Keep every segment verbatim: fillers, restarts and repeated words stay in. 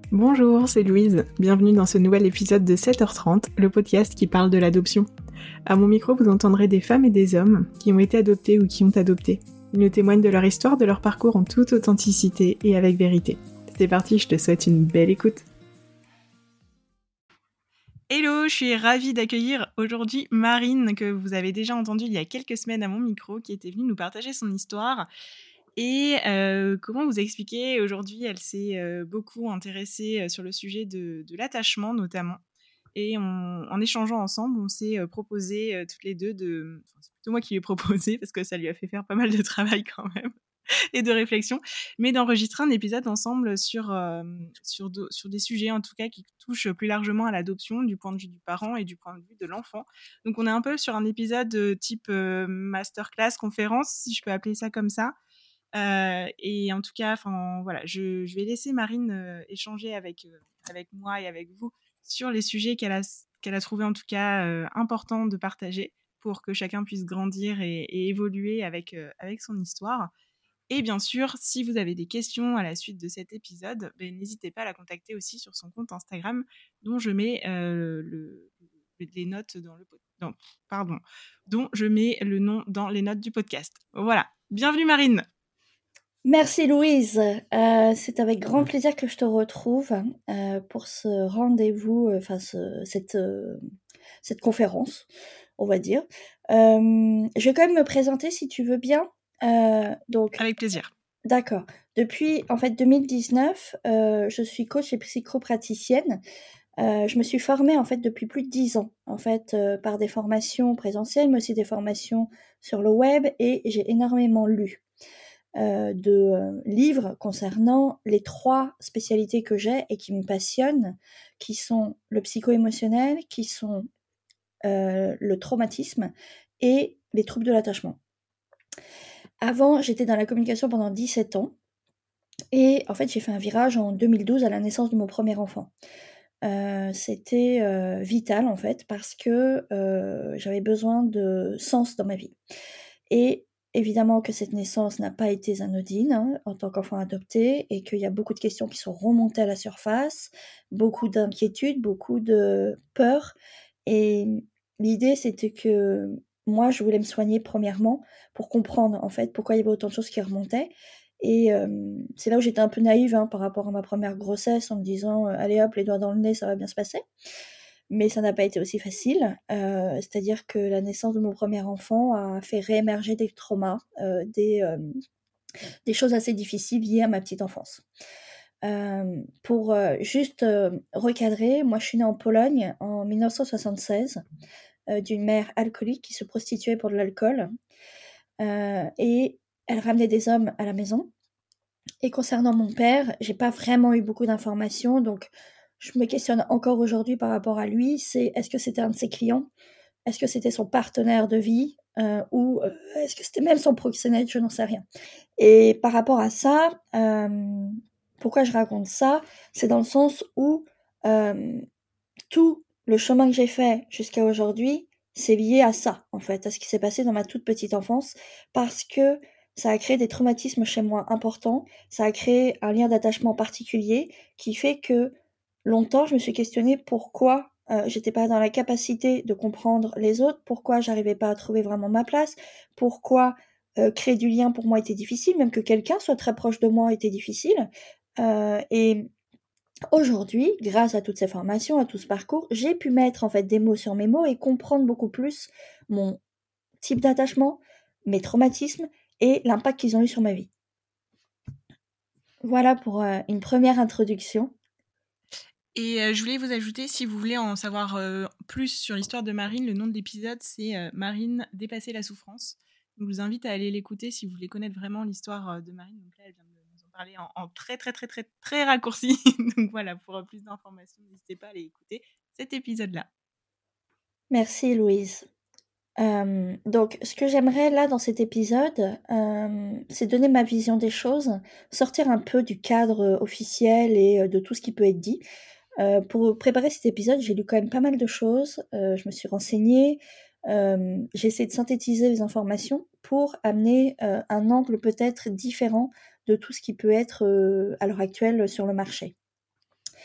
Bonjour, c'est Louise. Bienvenue dans ce nouvel épisode de sept heures trente, le podcast qui parle de l'adoption. À mon micro, vous entendrez des femmes et des hommes qui ont été adoptés ou qui ont adopté. Ils nous témoignent de leur histoire, de leur parcours en toute authenticité et avec vérité. C'est parti, je te souhaite une belle écoute. Hello, je suis ravie d'accueillir aujourd'hui Marine, que vous avez déjà entendue il y a quelques semaines à mon micro, qui était venue nous partager son histoire. Et euh, comment vous expliquer, aujourd'hui, elle s'est euh, beaucoup intéressée sur le sujet de, de l'attachement notamment. Et on, en échangeant ensemble, on s'est euh, proposé euh, toutes les deux de... Enfin, c'est plutôt moi qui lui ai proposé, parce que ça lui a fait faire pas mal de travail quand même, et de réflexion, mais d'enregistrer un épisode ensemble sur, euh, sur, de, sur des sujets, en tout cas, qui touchent plus largement à l'adoption, du point de vue du parent et du point de vue de l'enfant. Donc on est un peu sur un épisode type euh, masterclass, conférence, si je peux appeler ça comme ça. Euh, et en tout cas, enfin voilà, je, je vais laisser Marine euh, échanger avec euh, avec moi et avec vous sur les sujets qu'elle a qu'elle a trouvé en tout cas euh, importants de partager pour que chacun puisse grandir et, et évoluer avec euh, avec son histoire. Et bien sûr, si vous avez des questions à la suite de cet épisode, ben, n'hésitez pas à la contacter aussi sur son compte Instagram, dont je mets euh, le, les notes dans le non, pardon, dont je mets le nom dans les notes du podcast. Voilà, bienvenue Marine. Merci Louise, euh, c'est avec grand plaisir que je te retrouve euh, pour ce rendez-vous, enfin ce, cette, euh, cette conférence, on va dire. Euh, je vais quand même me présenter si tu veux bien. Euh, donc, avec plaisir. D'accord. Depuis en fait deux mille dix-neuf, euh, je suis coach et psychopraticienne. Euh, je me suis formée en fait depuis plus de dix ans, en fait, euh, par des formations présentielles, mais aussi des formations sur le web, et j'ai énormément lu. Euh, de euh, livres concernant les trois spécialités que j'ai et qui me passionnent, qui sont le psycho-émotionnel, qui sont euh, le traumatisme et les troubles de l'attachement. Avant, j'étais dans la communication pendant dix-sept ans et en fait, j'ai fait un virage en deux mille douze à la naissance de mon premier enfant. Euh, c'était euh, vital en fait parce que euh, j'avais besoin de sens dans ma vie. Et évidemment que cette naissance n'a pas été anodine hein, en tant qu'enfant adopté et qu'il y a beaucoup de questions qui sont remontées à la surface, beaucoup d'inquiétudes, beaucoup de peur. Et l'idée, c'était que moi, je voulais me soigner premièrement pour comprendre en fait pourquoi il y avait autant de choses qui remontaient. Et euh, c'est là où j'étais un peu naïve hein, par rapport à ma première grossesse en me disant euh, allez hop, les doigts dans le nez, ça va bien se passer. Mais ça n'a pas été aussi facile. Euh, c'est-à-dire que la naissance de mon premier enfant a fait réémerger des traumas, euh, des, euh, des choses assez difficiles liées à ma petite enfance. Euh, pour euh, juste euh, recadrer, moi je suis née en Pologne en mille neuf cent soixante-seize euh, d'une mère alcoolique qui se prostituait pour de l'alcool euh, et elle ramenait des hommes à la maison. Et concernant mon père, j'ai pas vraiment eu beaucoup d'informations, donc je me questionne encore aujourd'hui par rapport à lui, c'est est-ce que c'était un de ses clients? Est-ce que c'était son partenaire de vie? Euh, ou euh, est-ce que c'était même son proxénète? Je n'en sais rien. Et par rapport à ça, euh, pourquoi je raconte ça? C'est dans le sens où euh, tout le chemin que j'ai fait jusqu'à aujourd'hui, c'est lié à ça, en fait, à ce qui s'est passé dans ma toute petite enfance, parce que ça a créé des traumatismes chez moi importants, ça a créé un lien d'attachement particulier qui fait que longtemps, je me suis questionnée pourquoi euh, j'étais pas dans la capacité de comprendre les autres, pourquoi j'arrivais pas à trouver vraiment ma place, pourquoi euh, créer du lien pour moi était difficile, même que quelqu'un soit très proche de moi était difficile. Euh, et aujourd'hui, grâce à toutes ces formations, à tout ce parcours, j'ai pu mettre en fait des mots sur mes mots et comprendre beaucoup plus mon type d'attachement, mes traumatismes et l'impact qu'ils ont eu sur ma vie. Voilà pour euh, une première introduction. Et euh, je voulais vous ajouter, si vous voulez en savoir euh, plus sur l'histoire de Marine, le nom de l'épisode, c'est euh, Marine, dépasser la souffrance. Donc, je vous invite à aller l'écouter si vous voulez connaître vraiment l'histoire euh, de Marine. Donc là, elle vient de nous en parler en, en très, très, très, très, très raccourci. Donc voilà, pour euh, plus d'informations, n'hésitez pas à aller écouter cet épisode-là. Merci Louise. Euh, donc, ce que j'aimerais là dans cet épisode, euh, c'est donner ma vision des choses, sortir un peu du cadre euh, officiel et euh, de tout ce qui peut être dit. Euh, pour préparer cet épisode, j'ai lu quand même pas mal de choses, euh, je me suis renseignée, euh, j'ai essayé de synthétiser les informations pour amener euh, un angle peut-être différent de tout ce qui peut être euh, à l'heure actuelle sur le marché.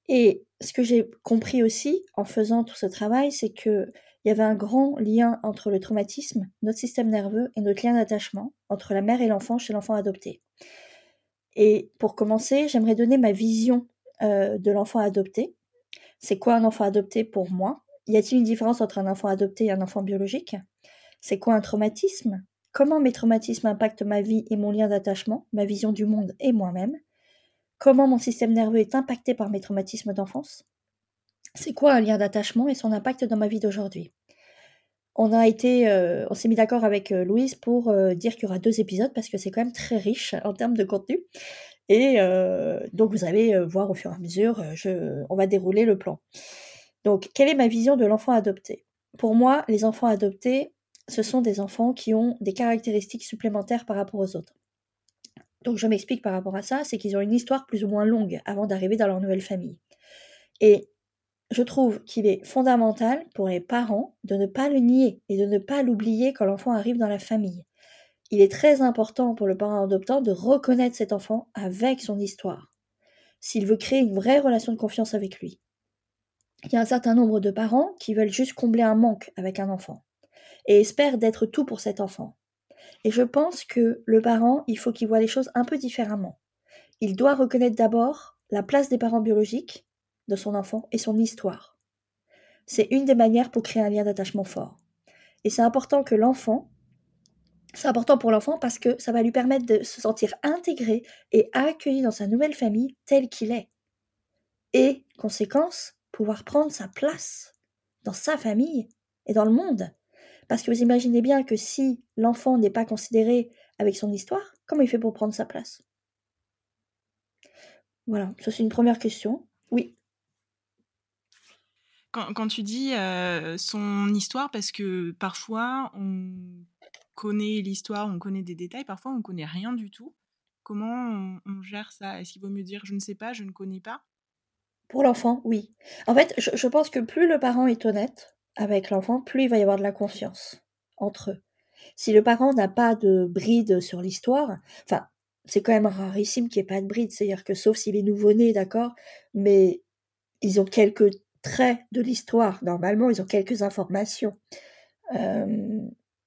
Et ce que j'ai compris aussi en faisant tout ce travail, c'est qu'il y avait un grand lien entre le traumatisme, notre système nerveux et notre lien d'attachement entre la mère et l'enfant chez l'enfant adopté. Et pour commencer, j'aimerais donner ma vision euh, de l'enfant adopté. C'est quoi un enfant adopté pour moi? Y a-t-il une différence entre un enfant adopté et un enfant biologique? C'est quoi un traumatisme? Comment mes traumatismes impactent ma vie et mon lien d'attachement, ma vision du monde et moi-même? Comment mon système nerveux est impacté par mes traumatismes d'enfance? C'est quoi un lien d'attachement et son impact dans ma vie d'aujourd'hui? On a été, euh, on s'est mis d'accord avec euh, Louise pour euh, dire qu'il y aura deux épisodes parce que c'est quand même très riche en termes de contenu. Et euh, donc vous allez euh, voir au fur et à mesure, euh, je, on va dérouler le plan. Donc, quelle est ma vision de l'enfant adopté? Pour moi, les enfants adoptés, ce sont des enfants qui ont des caractéristiques supplémentaires par rapport aux autres. Donc, je m'explique par rapport à ça, c'est qu'ils ont une histoire plus ou moins longue avant d'arriver dans leur nouvelle famille. Et je trouve qu'il est fondamental pour les parents de ne pas le nier et de ne pas l'oublier quand l'enfant arrive dans la famille. Il est très important pour le parent adoptant de reconnaître cet enfant avec son histoire, s'il veut créer une vraie relation de confiance avec lui. Il y a un certain nombre de parents qui veulent juste combler un manque avec un enfant et espèrent d'être tout pour cet enfant. Et je pense que le parent, il faut qu'il voit les choses un peu différemment. Il doit reconnaître d'abord la place des parents biologiques de son enfant et son histoire. C'est une des manières pour créer un lien d'attachement fort. Et c'est important que l'enfant, c'est important pour l'enfant parce que ça va lui permettre de se sentir intégré et accueilli dans sa nouvelle famille tel qu'il est. Et, conséquence, pouvoir prendre sa place dans sa famille et dans le monde. Parce que vous imaginez bien que si l'enfant n'est pas considéré avec son histoire, comment il fait pour prendre sa place? Voilà, ça c'est une première question. Oui. Quand, quand tu dis euh, son histoire, parce que parfois on connaît l'histoire, on connaît des détails, parfois on connaît rien du tout. Comment on, on gère ça? Est-ce qu'il vaut mieux dire je ne sais pas, je ne connais pas? Pour l'enfant, oui. En fait, je, je pense que plus le parent est honnête avec l'enfant, plus il va y avoir de la confiance entre eux. Si le parent n'a pas de bride sur l'histoire, enfin, c'est quand même rarissime qu'il n'y ait pas de bride, c'est-à-dire que sauf s'il est nouveau-né, d'accord, mais ils ont quelques traits de l'histoire, normalement, ils ont quelques informations. Euh,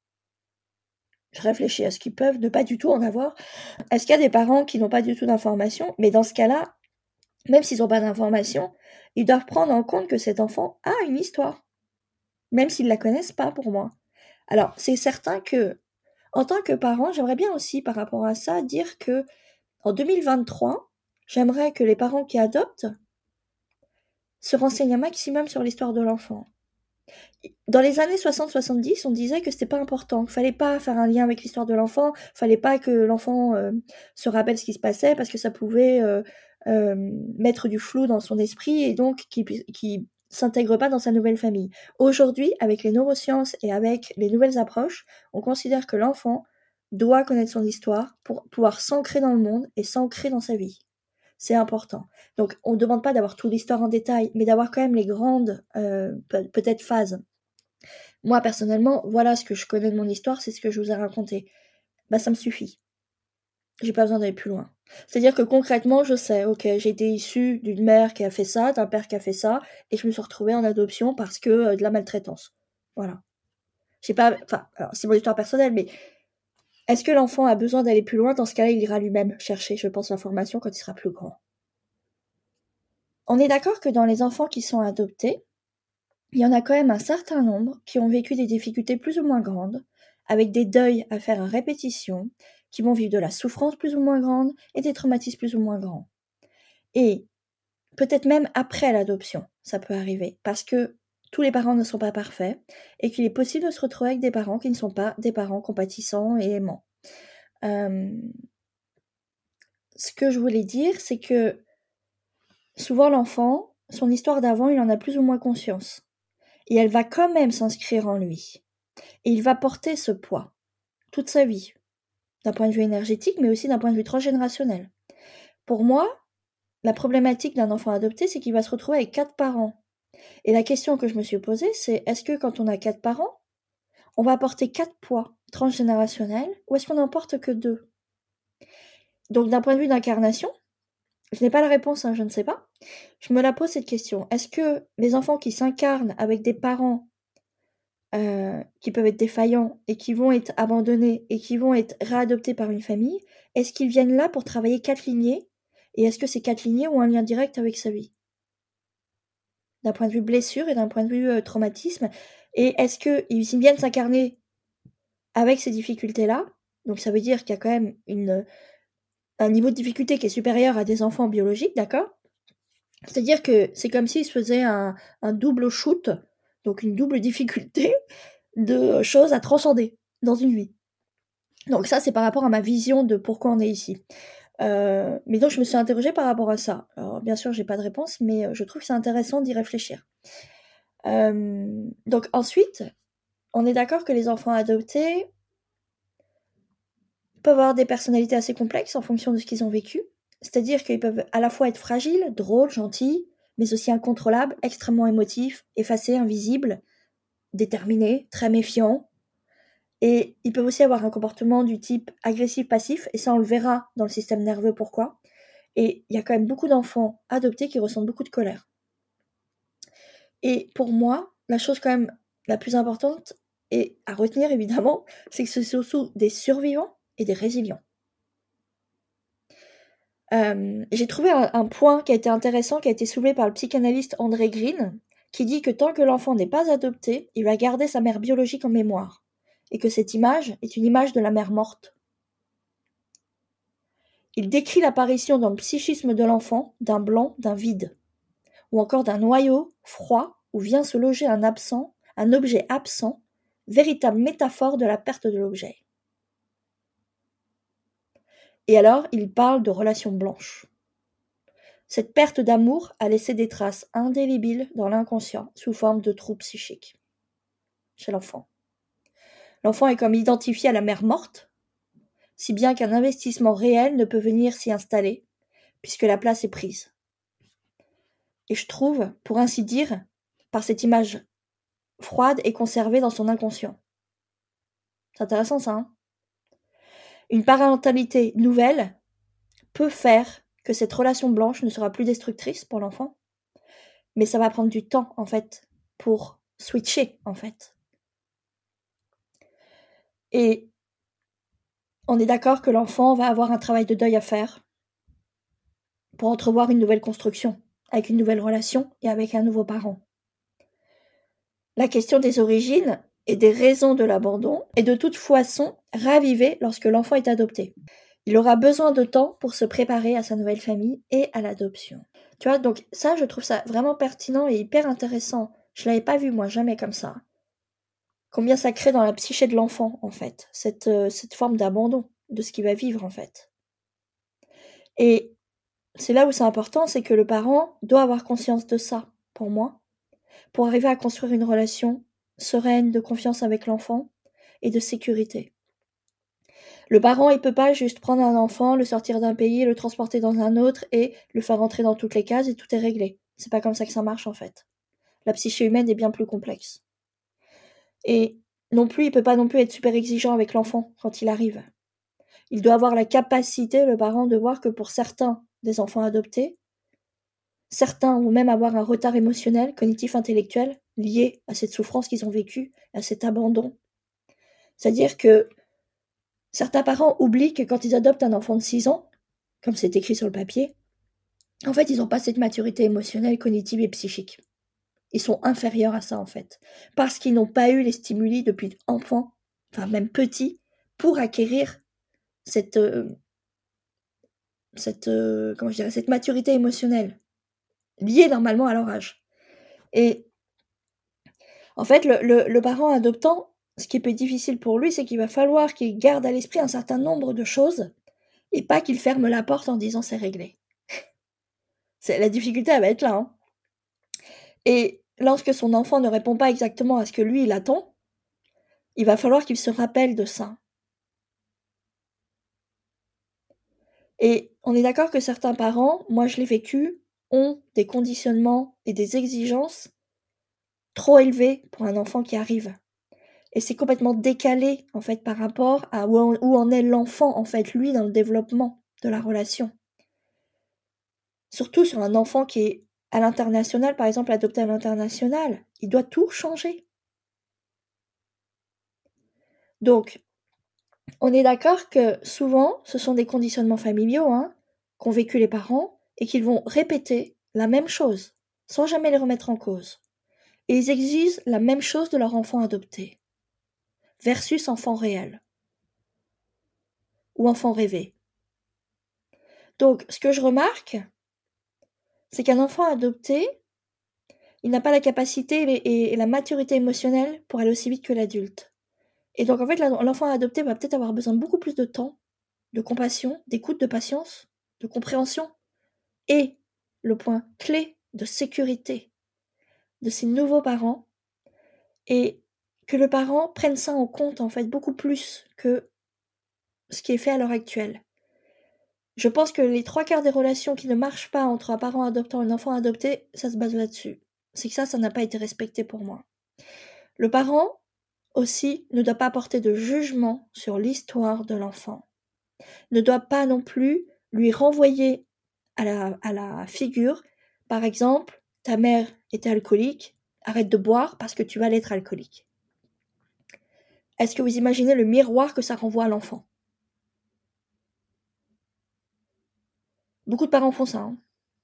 je réfléchis à ce qu'ils peuvent ne pas du tout en avoir. Est-ce qu'il y a des parents qui n'ont pas du tout d'informations? Mais dans ce cas-là, même s'ils n'ont pas d'informations, ils doivent prendre en compte que cet enfant a une histoire, même s'ils ne la connaissent pas pour moi. Alors, c'est certain que, en tant que parent, j'aimerais bien aussi, par rapport à ça, dire que en deux mille vingt-trois, j'aimerais que les parents qui adoptent se renseignent un maximum sur l'histoire de l'enfant. Dans les années soixante soixante-dix, on disait que c'était pas important, qu'il fallait pas faire un lien avec l'histoire de l'enfant, fallait pas que l'enfant euh, se rappelle ce qui se passait parce que ça pouvait euh, euh, mettre du flou dans son esprit et donc qu'il qui s'intègre pas dans sa nouvelle famille. Aujourd'hui, avec les neurosciences et avec les nouvelles approches, on considère que l'enfant doit connaître son histoire pour pouvoir s'ancrer dans le monde et s'ancrer dans sa vie. C'est important. Donc, on ne demande pas d'avoir toute l'histoire en détail, mais d'avoir quand même les grandes, euh, pe- peut-être phases. Moi, personnellement, voilà ce que je connais de mon histoire, c'est ce que je vous ai raconté. Bah, ça me suffit. J'ai pas besoin d'aller plus loin. C'est-à-dire que concrètement, je sais, ok, j'ai été issue d'une mère qui a fait ça, d'un père qui a fait ça, et je me suis retrouvée en adoption parce que euh, de la maltraitance. Voilà. J'ai pas, enfin, alors c'est mon histoire personnelle, mais est-ce que l'enfant a besoin d'aller plus loin? Dans ce cas-là, il ira lui-même chercher, je pense, l'information quand il sera plus grand. On est d'accord que dans les enfants qui sont adoptés, il y en a quand même un certain nombre qui ont vécu des difficultés plus ou moins grandes, avec des deuils à faire à répétition, qui vont vivre de la souffrance plus ou moins grande et des traumatismes plus ou moins grands. Et peut-être même après l'adoption, ça peut arriver, parce que tous les parents ne sont pas parfaits et qu'il est possible de se retrouver avec des parents qui ne sont pas des parents compatissants et aimants. Euh, ce que je voulais dire, c'est que souvent l'enfant, son histoire d'avant, il en a plus ou moins conscience. Et elle va quand même s'inscrire en lui. Et il va porter ce poids toute sa vie, d'un point de vue énergétique, mais aussi d'un point de vue transgénérationnel. Pour moi, la problématique d'un enfant adopté, c'est qu'il va se retrouver avec quatre parents. Et la question que je me suis posée, c'est est-ce que quand on a quatre parents, on va porter quatre poids transgénérationnels, ou est-ce qu'on n'en porte que deux? Donc d'un point de vue d'incarnation, je n'ai pas la réponse, hein, je ne sais pas. Je me la pose cette question. Est-ce que les enfants qui s'incarnent avec des parents euh, qui peuvent être défaillants et qui vont être abandonnés et qui vont être réadoptés par une famille, est-ce qu'ils viennent là pour travailler quatre lignées? Et est-ce que ces quatre lignées ont un lien direct avec sa vie? D'un point de vue blessure et d'un point de vue euh, traumatisme. Et est-ce qu'ils viennent s'incarner avec ces difficultés-là? Donc ça veut dire qu'il y a quand même une, un niveau de difficulté qui est supérieur à des enfants biologiques, d'accord? C'est-à-dire que c'est comme s'ils se faisaient un, un double shoot, donc une double difficulté de choses à transcender dans une vie. Donc ça, c'est par rapport à ma vision de pourquoi on est ici. Euh, mais donc je me suis interrogée par rapport à ça. Alors bien sûr, j'ai pas de réponse, mais je trouve que c'est intéressant d'y réfléchir. Euh, donc ensuite, on est d'accord que les enfants adoptés peuvent avoir des personnalités assez complexes en fonction de ce qu'ils ont vécu. C'est-à-dire qu'ils peuvent à la fois être fragiles, drôles, gentils, mais aussi incontrôlables, extrêmement émotifs, effacés, invisibles, déterminés, très méfiants. Et ils peuvent aussi avoir un comportement du type agressif-passif, et ça on le verra dans le système nerveux pourquoi. Et il y a quand même beaucoup d'enfants adoptés qui ressentent beaucoup de colère. Et pour moi, la chose quand même la plus importante, et à retenir évidemment, c'est que ce sont surtout des survivants et des résilients. Euh, j'ai trouvé un, un point qui a été intéressant, qui a été soulevé par le psychanalyste André Green, qui dit que tant que l'enfant n'est pas adopté, il va garder sa mère biologique en mémoire, et que cette image est une image de la mère morte. Il décrit l'apparition dans le psychisme de l'enfant d'un blanc, d'un vide, ou encore d'un noyau froid où vient se loger un absent, un objet absent, véritable métaphore de la perte de l'objet. Et alors, il parle de relations blanches. Cette perte d'amour a laissé des traces indélébiles dans l'inconscient sous forme de troubles psychiques chez l'enfant. L'enfant est comme identifié à la mère morte, si bien qu'un investissement réel ne peut venir s'y installer, puisque la place est prise. Et je trouve, pour ainsi dire, par cette image froide et conservée dans son inconscient. C'est intéressant ça, hein? Une parentalité nouvelle peut faire que cette relation blanche ne sera plus destructrice pour l'enfant, mais ça va prendre du temps, en fait, pour switcher, en fait. Et on est d'accord que l'enfant va avoir un travail de deuil à faire pour entrevoir une nouvelle construction, avec une nouvelle relation et avec un nouveau parent. La question des origines et des raisons de l'abandon est de toute façon ravivée lorsque l'enfant est adopté. Il aura besoin de temps pour se préparer à sa nouvelle famille et à l'adoption. Tu vois, donc ça, je trouve ça vraiment pertinent et hyper intéressant. Je l'avais pas vu, moi, jamais comme ça. Combien ça crée dans la psyché de l'enfant, en fait, cette, euh, cette forme d'abandon de ce qu'il va vivre, en fait. Et c'est là où c'est important, c'est que le parent doit avoir conscience de ça, pour moi, pour arriver à construire une relation sereine, de confiance avec l'enfant et de sécurité. Le parent, il peut pas juste prendre un enfant, le sortir d'un pays, le transporter dans un autre et le faire rentrer dans toutes les cases et tout est réglé. C'est pas comme ça que ça marche en fait. La psyché humaine est bien plus complexe. Et non plus, il peut pas non plus être super exigeant avec l'enfant quand il arrive. Il doit avoir la capacité, le parent, de voir que pour certains des enfants adoptés, certains vont même avoir un retard émotionnel, cognitif, intellectuel lié à cette souffrance qu'ils ont vécue, à cet abandon. C'est-à-dire que certains parents oublient que quand ils adoptent un enfant de six ans, comme c'est écrit sur le papier, en fait, ils n'ont pas cette maturité émotionnelle, cognitive et psychique. Ils sont inférieurs à ça, en fait. Parce qu'ils n'ont pas eu les stimuli depuis enfant, enfin même petit, pour acquérir cette, euh, cette, euh, comment je dirais, cette maturité émotionnelle, liée normalement à leur âge. Et en fait, le, le, le parent adoptant, ce qui peut être difficile pour lui, c'est qu'il va falloir qu'il garde à l'esprit un certain nombre de choses et pas qu'il ferme la porte en disant c'est réglé. C'est, la difficulté, elle va être là. Hein. Et lorsque son enfant ne répond pas exactement à ce que lui, il attend, il va falloir qu'il se rappelle de ça. Et on est d'accord que certains parents, moi je l'ai vécu, ont des conditionnements et des exigences trop élevés pour un enfant qui arrive. Et c'est complètement décalé, en fait, par rapport à où en, où en est l'enfant, en fait, lui, dans le développement de la relation. Surtout sur un enfant qui est à l'international, par exemple, adopté à l'international, il doit tout changer. Donc, on est d'accord que souvent, ce sont des conditionnements familiaux hein, qu'ont vécu les parents et qu'ils vont répéter la même chose, sans jamais les remettre en cause. Et ils exigent la même chose de leur enfant adopté, versus enfant réel, ou enfant rêvé. Donc, ce que je remarque, c'est qu'un enfant adopté, il n'a pas la capacité et la maturité émotionnelle pour aller aussi vite que l'adulte. Et donc, en fait, l'enfant adopté va peut-être avoir besoin de beaucoup plus de temps, de compassion, d'écoute, de patience, de compréhension, et le point clé de sécurité de ses nouveaux parents, et que le parent prenne ça en compte, en fait, beaucoup plus que ce qui est fait à l'heure actuelle. Je pense que les trois quarts des relations qui ne marchent pas entre un parent adoptant et un enfant adopté, ça se base là-dessus. C'est que ça, ça n'a pas été respecté pour moi. Le parent, aussi, ne doit pas porter de jugement sur l'histoire de l'enfant. Ne doit pas non plus lui renvoyer à la, à la figure, par exemple, ta mère était alcoolique, arrête de boire parce que tu vas l'être alcoolique. Est-ce que vous imaginez le miroir que ça renvoie à l'enfant? Beaucoup de parents font ça. Hein.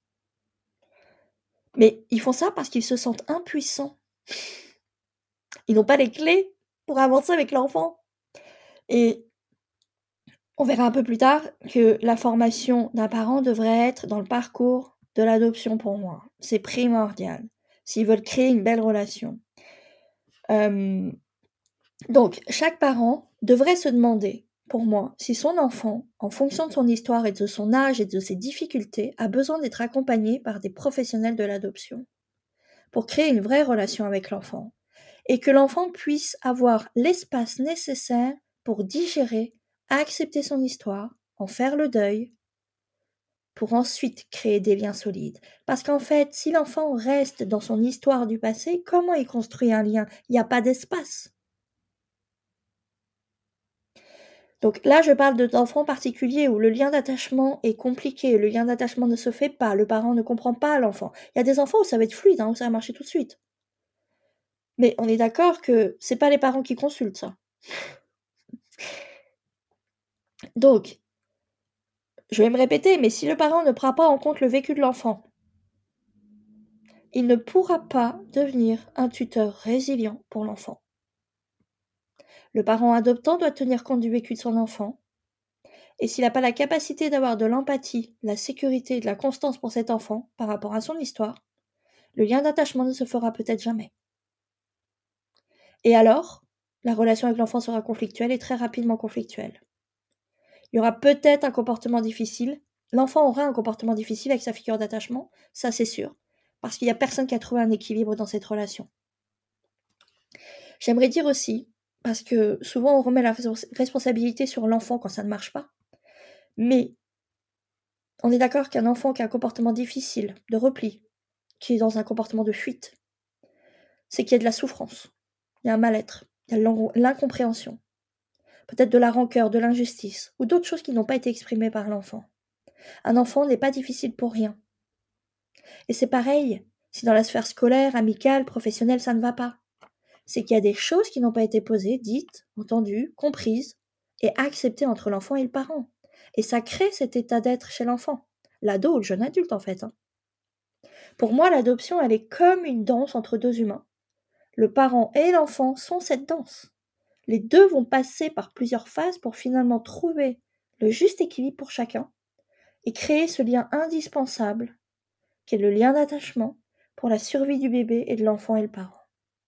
Mais ils font ça parce qu'ils se sentent impuissants. Ils n'ont pas les clés pour avancer avec l'enfant. Et on verra un peu plus tard que la formation d'un parent devrait être dans le parcours de l'adoption pour moi. C'est primordial. S'ils veulent créer une belle relation. Euh, donc, chaque parent devrait se demander, pour moi, si son enfant, en fonction de son histoire et de son âge et de ses difficultés, a besoin d'être accompagné par des professionnels de l'adoption pour créer une vraie relation avec l'enfant et que l'enfant puisse avoir l'espace nécessaire pour digérer, accepter son histoire, en faire le deuil, pour ensuite créer des liens solides. Parce qu'en fait, si l'enfant reste dans son histoire du passé, comment il construit un lien? Il n'y a pas d'espace. Donc là, je parle d'enfants particuliers où le lien d'attachement est compliqué, le lien d'attachement ne se fait pas, le parent ne comprend pas l'enfant. Il y a des enfants où ça va être fluide, hein, où ça va marcher tout de suite. Mais on est d'accord que c'est pas les parents qui consultent ça. Donc, je vais me répéter, mais si le parent ne prend pas en compte le vécu de l'enfant, il ne pourra pas devenir un tuteur résilient pour l'enfant. Le parent adoptant doit tenir compte du vécu de son enfant, et s'il n'a pas la capacité d'avoir de l'empathie, la sécurité et de la constance pour cet enfant par rapport à son histoire, le lien d'attachement ne se fera peut-être jamais. Et alors, la relation avec l'enfant sera conflictuelle et très rapidement conflictuelle. Il y aura peut-être un comportement difficile. L'enfant aura un comportement difficile avec sa figure d'attachement, ça c'est sûr, parce qu'il n'y a personne qui a trouvé un équilibre dans cette relation. J'aimerais dire aussi, parce que souvent on remet la responsabilité sur l'enfant quand ça ne marche pas, mais on est d'accord qu'un enfant qui a un comportement difficile, de repli, qui est dans un comportement de fuite, c'est qu'il y a de la souffrance, il y a un mal-être, il y a l'incompréhension, peut-être de la rancœur, de l'injustice, ou d'autres choses qui n'ont pas été exprimées par l'enfant. Un enfant n'est pas difficile pour rien. Et c'est pareil, si dans la sphère scolaire, amicale, professionnelle, ça ne va pas. C'est qu'il y a des choses qui n'ont pas été posées, dites, entendues, comprises, et acceptées entre l'enfant et le parent. Et ça crée cet état d'être chez l'enfant, l'ado ou le jeune adulte en fait. Hein. Pour moi, l'adoption, elle est comme une danse entre deux humains. Le parent et l'enfant sont cette danse. Les deux vont passer par plusieurs phases pour finalement trouver le juste équilibre pour chacun et créer ce lien indispensable qui est le lien d'attachement pour la survie du bébé et de l'enfant et le parent.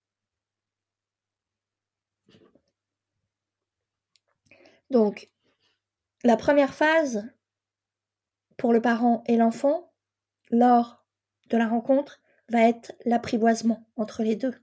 Donc, la première phase pour le parent et l'enfant, lors de la rencontre, va être l'apprivoisement entre les deux.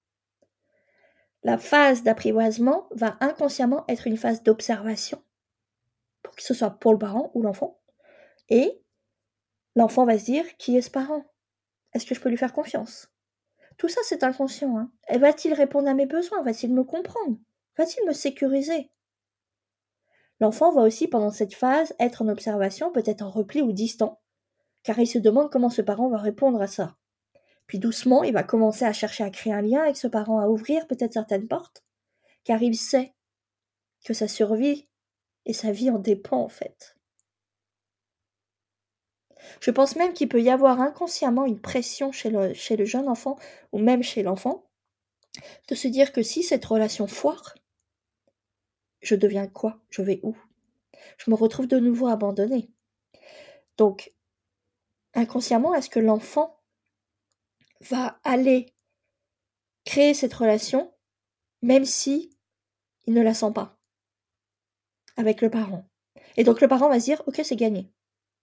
La phase d'apprivoisement va inconsciemment être une phase d'observation, pour que ce soit pour le parent ou l'enfant, et l'enfant va se dire qui est ce parent? Est-ce que je peux lui faire confiance? Tout ça, c'est inconscient. Hein. Et va-t-il répondre à mes besoins? Va-t-il me comprendre? Va-t-il me sécuriser? L'enfant va aussi, pendant cette phase, être en observation, peut-être en repli ou distant, car il se demande comment ce parent va répondre à ça. Puis doucement, il va commencer à chercher à créer un lien avec ce parent, à ouvrir peut-être certaines portes, car il sait que sa survie et sa vie en dépend en fait. Je pense même qu'il peut y avoir inconsciemment une pression chez le, chez le jeune enfant, ou même chez l'enfant, de se dire que si cette relation foire, je deviens quoi? Je vais où? Je me retrouve de nouveau abandonnée. Donc, inconsciemment, est-ce que l'enfant va aller créer cette relation, même si il ne la sent pas, avec le parent? Et donc le parent va se dire, ok, c'est gagné.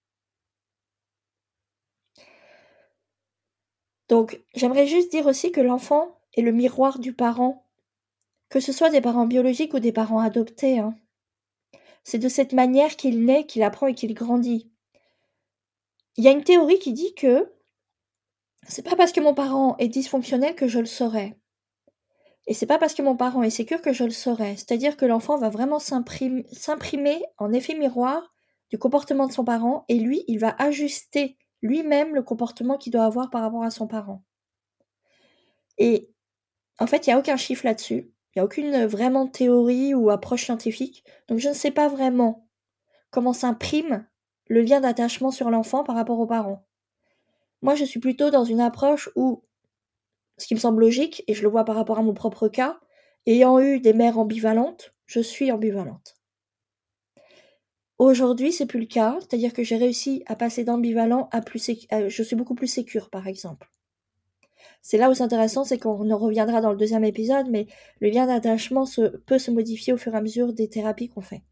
Donc, j'aimerais juste dire aussi que l'enfant est le miroir du parent, que ce soit des parents biologiques ou des parents adoptés, hein. C'est de cette manière qu'il naît, qu'il apprend et qu'il grandit. Il y a une théorie qui dit que c'est pas parce que mon parent est dysfonctionnel que je le saurai. Et c'est pas parce que mon parent est sécure que je le saurai. C'est-à-dire que l'enfant va vraiment s'imprimer, s'imprimer en effet miroir du comportement de son parent et lui, il va ajuster lui-même le comportement qu'il doit avoir par rapport à son parent. Et en fait, il n'y a aucun chiffre là-dessus. Il n'y a aucune vraiment théorie ou approche scientifique. Donc je ne sais pas vraiment comment s'imprime le lien d'attachement sur l'enfant par rapport aux parents. Moi, je suis plutôt dans une approche où, ce qui me semble logique, et je le vois par rapport à mon propre cas, ayant eu des mères ambivalentes, je suis ambivalente. Aujourd'hui, c'est plus le cas, c'est-à-dire que j'ai réussi à passer d'ambivalent à plus sécu- à- je suis beaucoup plus sécure, par exemple. C'est là où c'est intéressant, c'est qu'on en reviendra dans le deuxième épisode, mais le lien d'attachement se, peut se modifier au fur et à mesure des thérapies qu'on fait.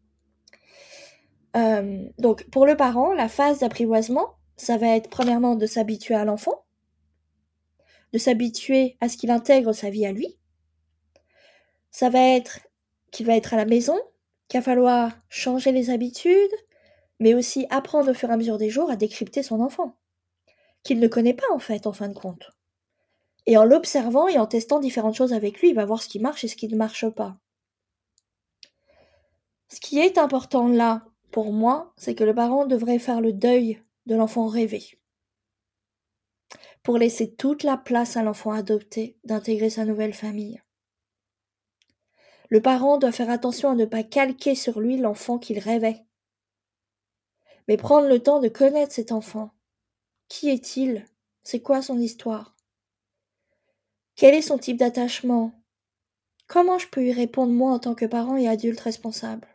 Euh, donc, pour le parent, la phase d'apprivoisement, ça va être premièrement de s'habituer à l'enfant, de s'habituer à ce qu'il intègre sa vie à lui. Ça va être qu'il va être à la maison, qu'il va falloir changer les habitudes, mais aussi apprendre au fur et à mesure des jours à décrypter son enfant, qu'il ne connaît pas en fait, en fin de compte. Et en l'observant et en testant différentes choses avec lui, il va voir ce qui marche et ce qui ne marche pas. Ce qui est important là, pour moi, c'est que le parent devrait faire le deuil de l'enfant rêvé, pour laisser toute la place à l'enfant adopté d'intégrer sa nouvelle famille. Le parent doit faire attention à ne pas calquer sur lui l'enfant qu'il rêvait, mais prendre le temps de connaître cet enfant. Qui est-il? C'est quoi son histoire? Quel est son type d'attachement? Comment je peux y répondre moi en tant que parent et adulte responsable?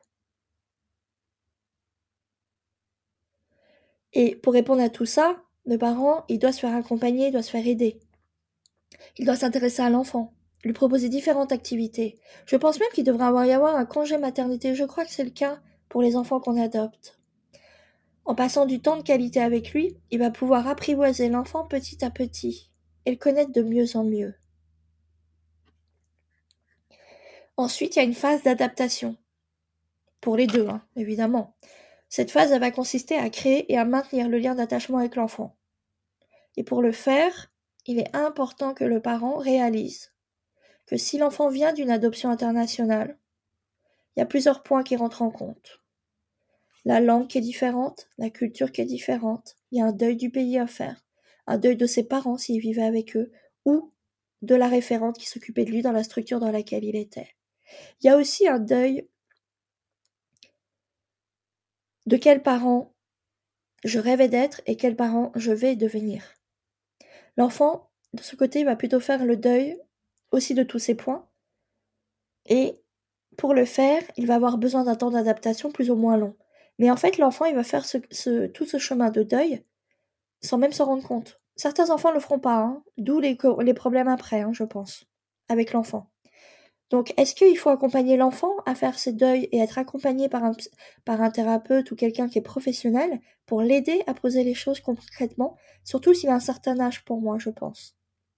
Et pour répondre à tout ça, le parent, il doit se faire accompagner, il doit se faire aider. Il doit s'intéresser à l'enfant, lui proposer différentes activités. Je pense même qu'il devrait y avoir un congé maternité. Je crois que c'est le cas pour les enfants qu'on adopte. En passant du temps de qualité avec lui, il va pouvoir apprivoiser l'enfant petit à petit et le connaître de mieux en mieux. Ensuite, il y a une phase d'adaptation. Pour les deux, hein, évidemment. Cette phase, elle va consister à créer et à maintenir le lien d'attachement avec l'enfant. Et pour le faire, il est important que le parent réalise que si l'enfant vient d'une adoption internationale, il y a plusieurs points qui rentrent en compte. La langue qui est différente, la culture qui est différente, il y a un deuil du pays à faire, un deuil de ses parents s'il vivait avec eux, ou de la référente qui s'occupait de lui dans la structure dans laquelle il était. Il y a aussi un deuil de quel parent je rêvais d'être et quel parent je vais devenir. L'enfant, de ce côté, va plutôt faire le deuil aussi de tous ces points. Et pour le faire, il va avoir besoin d'un temps d'adaptation plus ou moins long. Mais en fait, l'enfant, il va faire ce, ce, tout ce chemin de deuil sans même s'en rendre compte. Certains enfants ne le feront pas, hein, d'où les, les problèmes après, hein, je pense, avec l'enfant. Donc, est-ce qu'il faut accompagner l'enfant à faire ce deuil et être accompagné par un, par un thérapeute ou quelqu'un qui est professionnel pour l'aider à poser les choses concrètement, surtout s'il a un certain âge pour moi, je pense.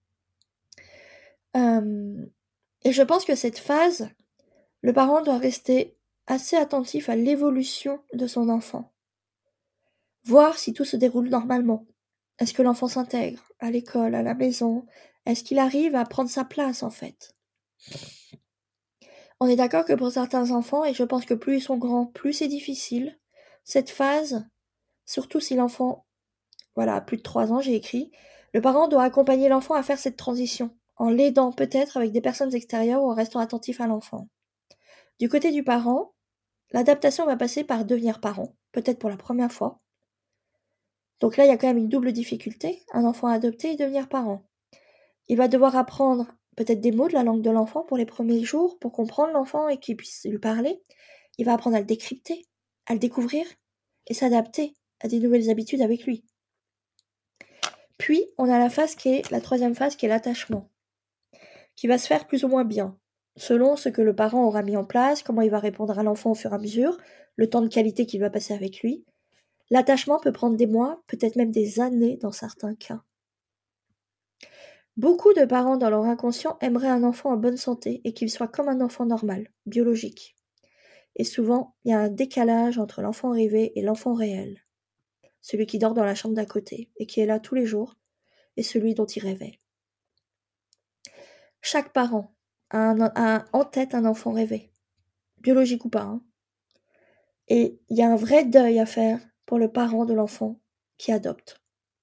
Euh, et je pense que cette phase, le parent doit rester assez attentif à l'évolution de son enfant. Voir si tout se déroule normalement. Est-ce que l'enfant s'intègre à l'école, à la maison? Est-ce qu'il arrive à prendre sa place, en fait? On est d'accord que pour certains enfants, et je pense que plus ils sont grands, plus c'est difficile, cette phase, surtout si l'enfant voilà, à plus de trois ans, j'ai écrit, le parent doit accompagner l'enfant à faire cette transition, en l'aidant peut-être avec des personnes extérieures ou en restant attentif à l'enfant. Du côté du parent, l'adaptation va passer par devenir parent, peut-être pour la première fois. Donc là, il y a quand même une double difficulté, un enfant adopté et devenir parent. Il va devoir apprendre peut-être des mots de la langue de l'enfant pour les premiers jours, pour comprendre l'enfant et qu'il puisse lui parler. Il va apprendre à le décrypter, à le découvrir et s'adapter à des nouvelles habitudes avec lui. Puis, on a la phase qui est la troisième phase, qui est l'attachement, qui va se faire plus ou moins bien, selon ce que le parent aura mis en place, comment il va répondre à l'enfant au fur et à mesure, le temps de qualité qu'il va passer avec lui. L'attachement peut prendre des mois, peut-être même des années dans certains cas. Beaucoup de parents dans leur inconscient aimeraient un enfant en bonne santé et qu'il soit comme un enfant normal, biologique. Et souvent, il y a un décalage entre l'enfant rêvé et l'enfant réel. Celui qui dort dans la chambre d'à côté et qui est là tous les jours, et celui dont il rêvait. Chaque parent a, un, a en tête un enfant rêvé, biologique ou pas. Hein. Et il y a un vrai deuil à faire pour le parent de l'enfant qui adopte.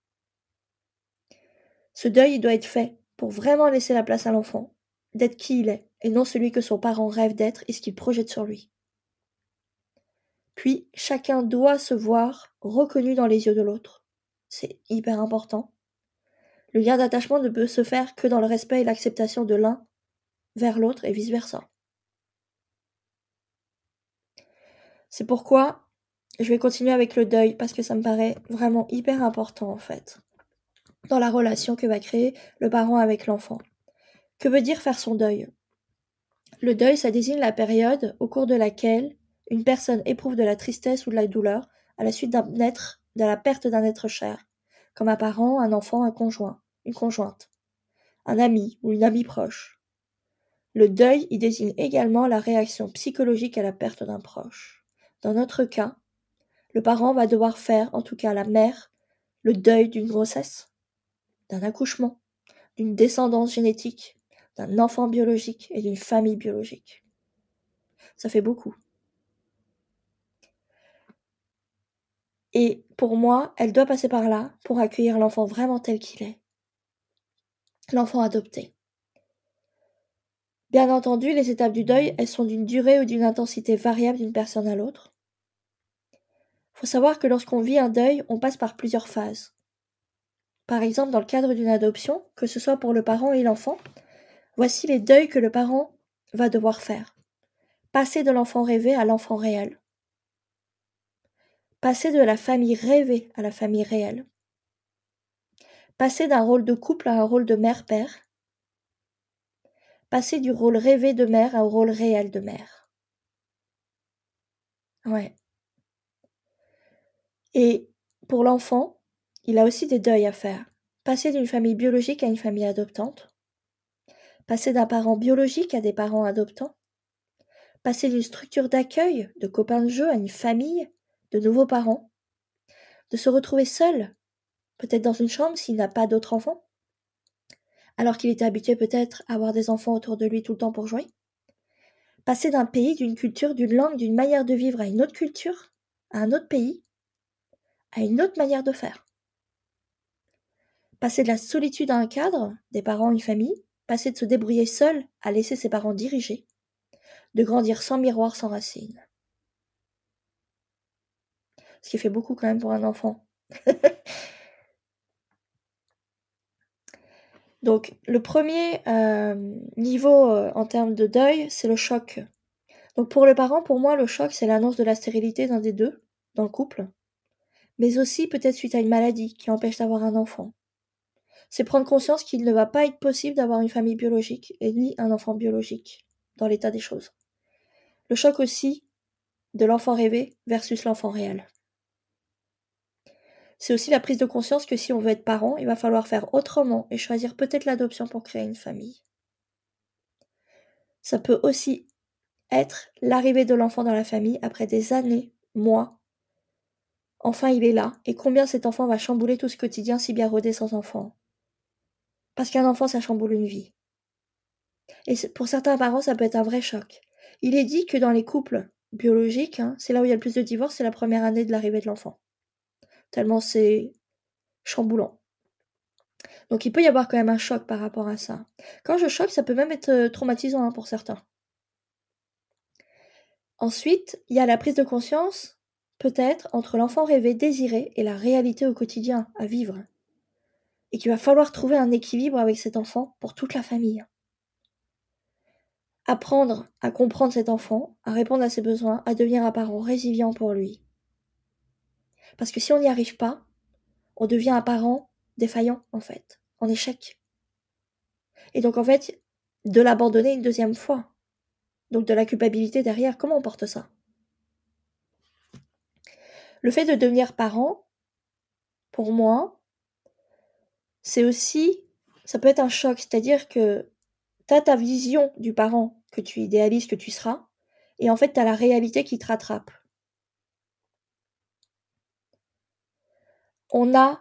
Ce deuil, il doit être fait pour vraiment laisser la place à l'enfant, d'être qui il est, et non celui que son parent rêve d'être et ce qu'il projette sur lui. Puis, chacun doit se voir reconnu dans les yeux de l'autre. C'est hyper important. Le lien d'attachement ne peut se faire que dans le respect et l'acceptation de l'un vers l'autre et vice-versa. C'est pourquoi je vais continuer avec le deuil, parce que ça me paraît vraiment hyper important en fait, dans la relation que va créer le parent avec l'enfant. Que veut dire faire son deuil ? Le deuil, ça désigne la période au cours de laquelle une personne éprouve de la tristesse ou de la douleur à la suite d'un être, de la perte d'un être cher, comme un parent, un enfant, un conjoint, une conjointe, un ami ou une amie proche. Le deuil, il désigne également la réaction psychologique à la perte d'un proche. Dans notre cas, le parent va devoir faire, en tout cas la mère, le deuil d'une grossesse, d'un accouchement, d'une descendance génétique, d'un enfant biologique et d'une famille biologique. Ça fait beaucoup. Et pour moi, elle doit passer par là pour accueillir l'enfant vraiment tel qu'il est. L'enfant adopté. Bien entendu, les étapes du deuil, elles sont d'une durée ou d'une intensité variable d'une personne à l'autre. Il faut savoir que lorsqu'on vit un deuil, on passe par plusieurs phases. Par exemple, dans le cadre d'une adoption, que ce soit pour le parent et l'enfant, voici les deuils que le parent va devoir faire. Passer de l'enfant rêvé à l'enfant réel. Passer de la famille rêvée à la famille réelle. Passer d'un rôle de couple à un rôle de mère-père. Passer du rôle rêvé de mère au rôle réel de mère. Ouais. Et pour l'enfant, il a aussi des deuils à faire. Passer d'une famille biologique à une famille adoptante. Passer d'un parent biologique à des parents adoptants. Passer d'une structure d'accueil, de copains de jeu à une famille, de nouveaux parents. De se retrouver seul, peut-être dans une chambre s'il n'a pas d'autres enfants, alors qu'il était habitué peut-être à avoir des enfants autour de lui tout le temps pour jouer. Passer d'un pays, d'une culture, d'une langue, d'une manière de vivre à une autre culture, à un autre pays, à une autre manière de faire. Passer de la solitude à un cadre, des parents à une famille, passer de se débrouiller seul à laisser ses parents diriger, de grandir sans miroir, sans racines. Ce qui fait beaucoup quand même pour un enfant. Donc, le premier euh, niveau euh, en termes de deuil, c'est le choc. Donc, pour le parent, pour moi, le choc, c'est l'annonce de la stérilité d'un des deux, dans le couple, mais aussi peut-être suite à une maladie qui empêche d'avoir un enfant. C'est prendre conscience qu'il ne va pas être possible d'avoir une famille biologique et ni un enfant biologique, dans l'état des choses. Le choc aussi de l'enfant rêvé versus l'enfant réel. C'est aussi la prise de conscience que si on veut être parent, il va falloir faire autrement et choisir peut-être l'adoption pour créer une famille. Ça peut aussi être l'arrivée de l'enfant dans la famille après des années, mois. Enfin, il est là, et combien cet enfant va chambouler tout ce quotidien si bien rodé sans enfant. Parce qu'un enfant, ça chamboule une vie. Et pour certains parents, ça peut être un vrai choc. Il est dit que dans les couples biologiques, hein, c'est là où il y a le plus de divorces, c'est la première année de l'arrivée de l'enfant. Tellement c'est chamboulant. Donc il peut y avoir quand même un choc par rapport à ça. Quand je choque, ça peut même être euh, traumatisant hein, pour certains. Ensuite, il y a la prise de conscience, peut-être, entre l'enfant rêvé, désiré et la réalité au quotidien, à vivre. Et qu'il va falloir trouver un équilibre avec cet enfant pour toute la famille. Apprendre à comprendre cet enfant, à répondre à ses besoins, à devenir un parent résilient pour lui. Parce que si on n'y arrive pas, on devient un parent défaillant, en fait, en échec. Et donc, en fait, de l'abandonner une deuxième fois. Donc, de la culpabilité derrière, comment on porte ça? Le fait de devenir parent, pour moi, c'est aussi, ça peut être un choc, c'est-à-dire que tu as ta vision du parent que tu idéalises, que tu seras, et en fait, tu as la réalité qui te rattrape. On a,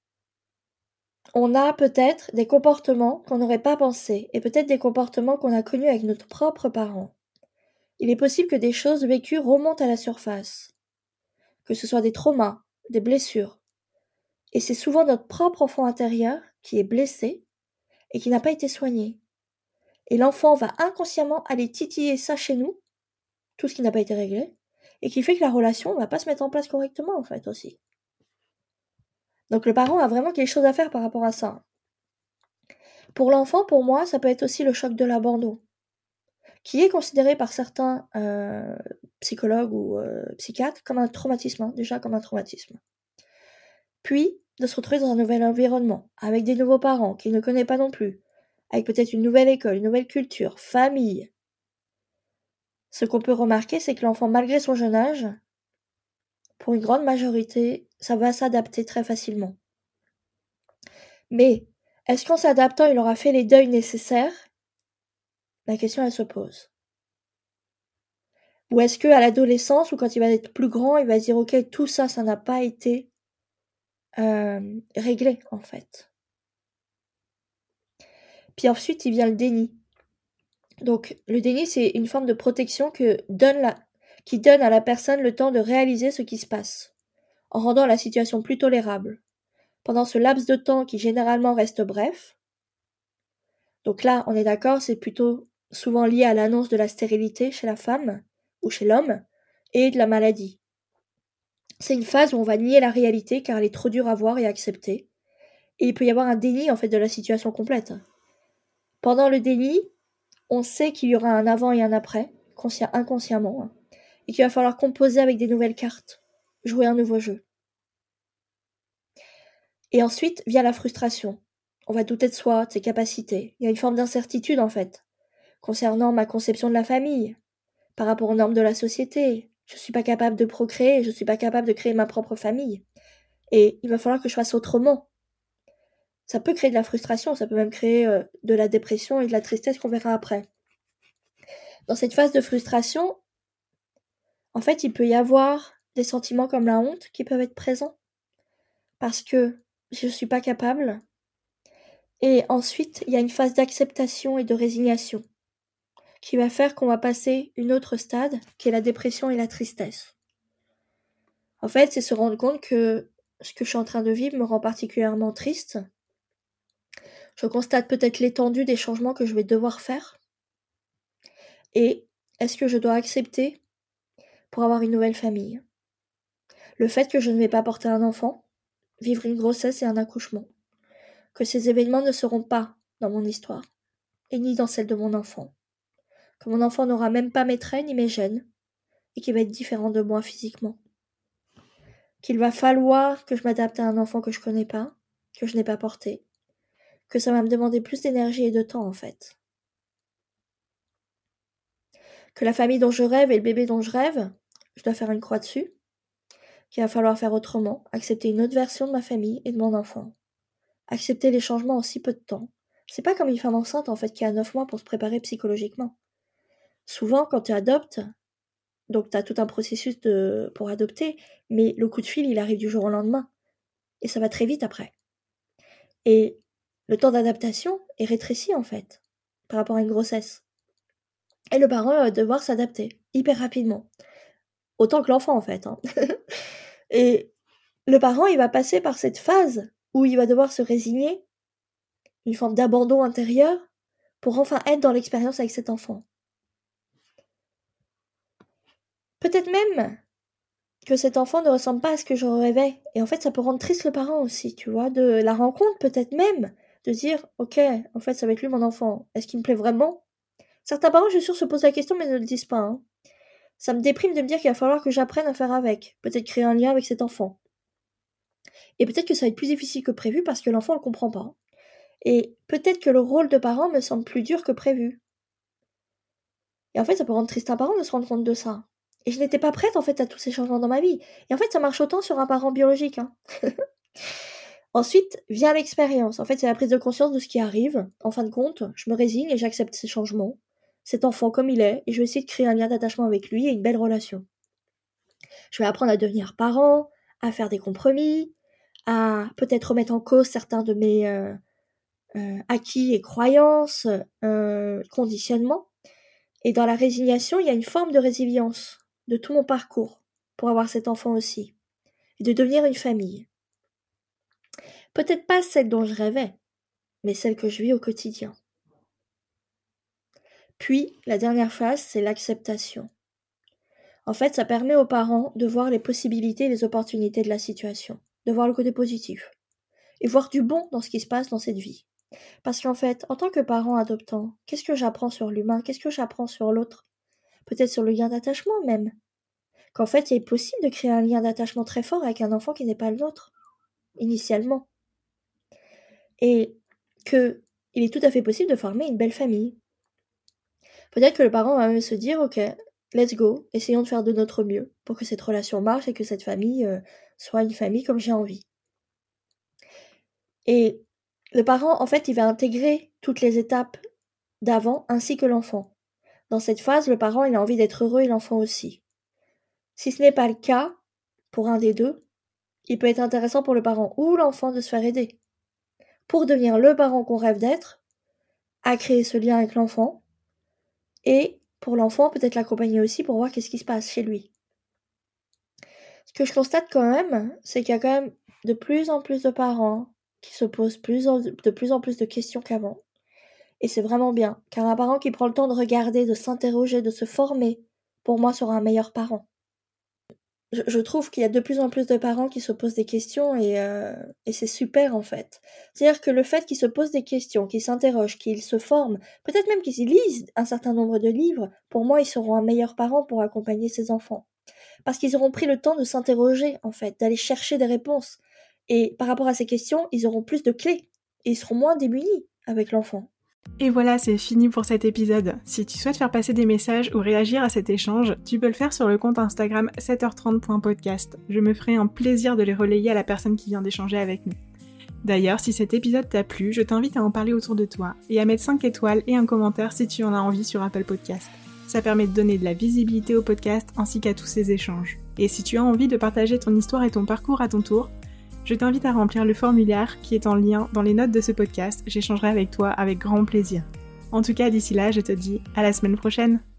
on a peut-être des comportements qu'on n'aurait pas pensé, et peut-être des comportements qu'on a connus avec notre propre parent. Il est possible que des choses vécues remontent à la surface, que ce soit des traumas, des blessures. Et c'est souvent notre propre enfant intérieur qui est blessé et qui n'a pas été soigné. Et l'enfant va inconsciemment aller titiller ça chez nous, tout ce qui n'a pas été réglé, et qui fait que la relation ne va pas se mettre en place correctement en fait aussi. Donc le parent a vraiment quelque chose à faire par rapport à ça. Pour l'enfant, pour moi, ça peut être aussi le choc de l'abandon, qui est considéré par certains euh, psychologues ou euh, psychiatres comme un traumatisme, hein, déjà comme un traumatisme. Puis, de se retrouver dans un nouvel environnement, avec des nouveaux parents qu'il ne connaît pas non plus, avec peut-être une nouvelle école, une nouvelle culture, famille. Ce qu'on peut remarquer, c'est que l'enfant, malgré son jeune âge, pour une grande majorité, ça va s'adapter très facilement. Mais, est-ce qu'en s'adaptant, il aura fait les deuils nécessaires? La question, elle se pose. Ou est-ce qu'à l'adolescence, ou quand il va être plus grand, il va se dire, ok, tout ça, ça n'a pas été euh, réglé, en fait. Puis ensuite, il vient le déni. Donc, le déni, c'est une forme de protection que donne la... qui donne à la personne le temps de réaliser ce qui se passe, en rendant la situation plus tolérable. Pendant ce laps de temps qui généralement reste bref, donc là, on est d'accord, c'est plutôt souvent lié à l'annonce de la stérilité chez la femme ou chez l'homme et de la maladie. C'est une phase où on va nier la réalité car elle est trop dure à voir et à accepter. Et il peut y avoir un déni en fait de la situation complète. Pendant le déni, on sait qu'il y aura un avant et un après, conscient, inconsciemment, hein, et qu'il va falloir composer avec des nouvelles cartes, jouer un nouveau jeu. Et ensuite vient la frustration. On va douter de soi, de ses capacités. Il y a une forme d'incertitude en fait, concernant ma conception de la famille, par rapport aux normes de la société. Je ne suis pas capable de procréer, je ne suis pas capable de créer ma propre famille. Et il va falloir que je fasse autrement. Ça peut créer de la frustration, ça peut même créer euh, de la dépression et de la tristesse qu'on verra après. Dans cette phase de frustration, en fait, il peut y avoir des sentiments comme la honte qui peuvent être présents parce que je ne suis pas capable. Et ensuite, il y a une phase d'acceptation et de résignation qui va faire qu'on va passer une autre stade qui est la dépression et la tristesse. En fait, c'est se rendre compte que ce que je suis en train de vivre me rend particulièrement triste. Je constate peut-être l'étendue des changements que je vais devoir faire. Et est-ce que je dois accepter pour avoir une nouvelle famille? Le fait que je ne vais pas porter un enfant, vivre une grossesse et un accouchement. Que ces événements ne seront pas dans mon histoire, et ni dans celle de mon enfant. Que mon enfant n'aura même pas mes traits ni mes gènes, et qu'il va être différent de moi physiquement. Qu'il va falloir que je m'adapte à un enfant que je connais pas, que je n'ai pas porté. Que ça va me demander plus d'énergie et de temps en fait. Que la famille dont je rêve et le bébé dont je rêve, je dois faire une croix dessus. Qu'il va falloir faire autrement, accepter une autre version de ma famille et de mon enfant. Accepter les changements en si peu de temps. C'est pas comme une femme enceinte en fait qui a neuf mois pour se préparer psychologiquement. Souvent quand tu adoptes, donc tu as tout un processus de... pour adopter, mais le coup de fil il arrive du jour au lendemain. Et ça va très vite après. Et le temps d'adaptation est rétréci en fait, par rapport à une grossesse. Et le parent va devoir s'adapter hyper rapidement. Autant que l'enfant en fait. Hein. Et le parent il va passer par cette phase où il va devoir se résigner, une forme d'abandon intérieur, pour enfin être dans l'expérience avec cet enfant. Peut-être même que cet enfant ne ressemble pas à ce que je rêvais. Et en fait, ça peut rendre triste le parent aussi, tu vois, de la rencontre peut-être même, de dire, ok, en fait, ça va être lui mon enfant. Est-ce qu'il me plaît vraiment ? Certains parents, je suis sûre, se posent la question, mais ne le disent pas. Hein. Ça me déprime de me dire qu'il va falloir que j'apprenne à faire avec. Peut-être créer un lien avec cet enfant. Et peut-être que ça va être plus difficile que prévu parce que l'enfant ne le comprend pas. Et peut-être que le rôle de parent me semble plus dur que prévu. Et en fait, ça peut rendre triste un parent de se rendre compte de ça. Et je n'étais pas prête, en fait, à tous ces changements dans ma vie. Et en fait, ça marche autant sur un parent biologique. Hein. Ensuite, vient l'expérience. En fait, c'est la prise de conscience de ce qui arrive. En fin de compte, je me résigne et j'accepte ces changements. Cet enfant comme il est, et je vais essayer de créer un lien d'attachement avec lui et une belle relation. Je vais apprendre à devenir parent, à faire des compromis, à peut-être remettre en cause certains de mes euh, euh, acquis et croyances, euh, conditionnements. Et dans la résignation, il y a une forme de résilience de tout mon parcours pour avoir cet enfant aussi. Et de devenir une famille. Peut-être pas celle dont je rêvais, mais celle que je vis au quotidien. Puis, la dernière phase, c'est l'acceptation. En fait, ça permet aux parents de voir les possibilités et les opportunités de la situation, de voir le côté positif, et voir du bon dans ce qui se passe dans cette vie. Parce qu'en fait, en tant que parent adoptant, qu'est-ce que j'apprends sur l'humain ? Qu'est-ce que j'apprends sur l'autre ? Peut-être sur le lien d'attachement même. Qu'en fait, il est possible de créer un lien d'attachement très fort avec un enfant qui n'est pas le nôtre, initialement. Et qu'il est tout à fait possible de former une belle famille. Peut-être que le parent va même se dire, ok, let's go, essayons de faire de notre mieux pour que cette relation marche et que cette famille euh, soit une famille comme j'ai envie. Et le parent, en fait, il va intégrer toutes les étapes d'avant ainsi que l'enfant. Dans cette phase, le parent, il a envie d'être heureux et l'enfant aussi. Si ce n'est pas le cas, pour un des deux, il peut être intéressant pour le parent ou l'enfant de se faire aider. Pour devenir le parent qu'on rêve d'être, à créer ce lien avec l'enfant, et pour l'enfant, peut-être l'accompagner aussi pour voir qu'est-ce qui se passe chez lui. Ce que je constate quand même, c'est qu'il y a quand même de plus en plus de parents qui se posent plus en, de plus en plus de questions qu'avant. Et c'est vraiment bien, car un parent qui prend le temps de regarder, de s'interroger, de se former, pour moi sera un meilleur parent. Je, je trouve qu'il y a de plus en plus de parents qui se posent des questions et, euh, et c'est super en fait. C'est-à-dire que le fait qu'ils se posent des questions, qu'ils s'interrogent, qu'ils se forment, peut-être même qu'ils lisent un certain nombre de livres, pour moi ils seront un meilleur parent pour accompagner ses enfants. Parce qu'ils auront pris le temps de s'interroger en fait, d'aller chercher des réponses. Et par rapport à ces questions, ils auront plus de clés et ils seront moins démunis avec l'enfant. Et voilà, c'est fini pour cet épisode. Si tu souhaites faire passer des messages ou réagir à cet échange, tu peux le faire sur le compte Instagram sept heures trente point podcast. Je me ferai un plaisir de les relayer à la personne qui vient d'échanger avec nous. D'ailleurs, si cet épisode t'a plu, je t'invite à en parler autour de toi et à mettre cinq étoiles et un commentaire si tu en as envie sur Apple Podcast. Ça permet de donner de la visibilité au podcast ainsi qu'à tous ces échanges. Et si tu as envie de partager ton histoire et ton parcours à ton tour, je t'invite à remplir le formulaire qui est en lien dans les notes de ce podcast. J'échangerai avec toi avec grand plaisir. En tout cas, d'ici là, je te dis à la semaine prochaine.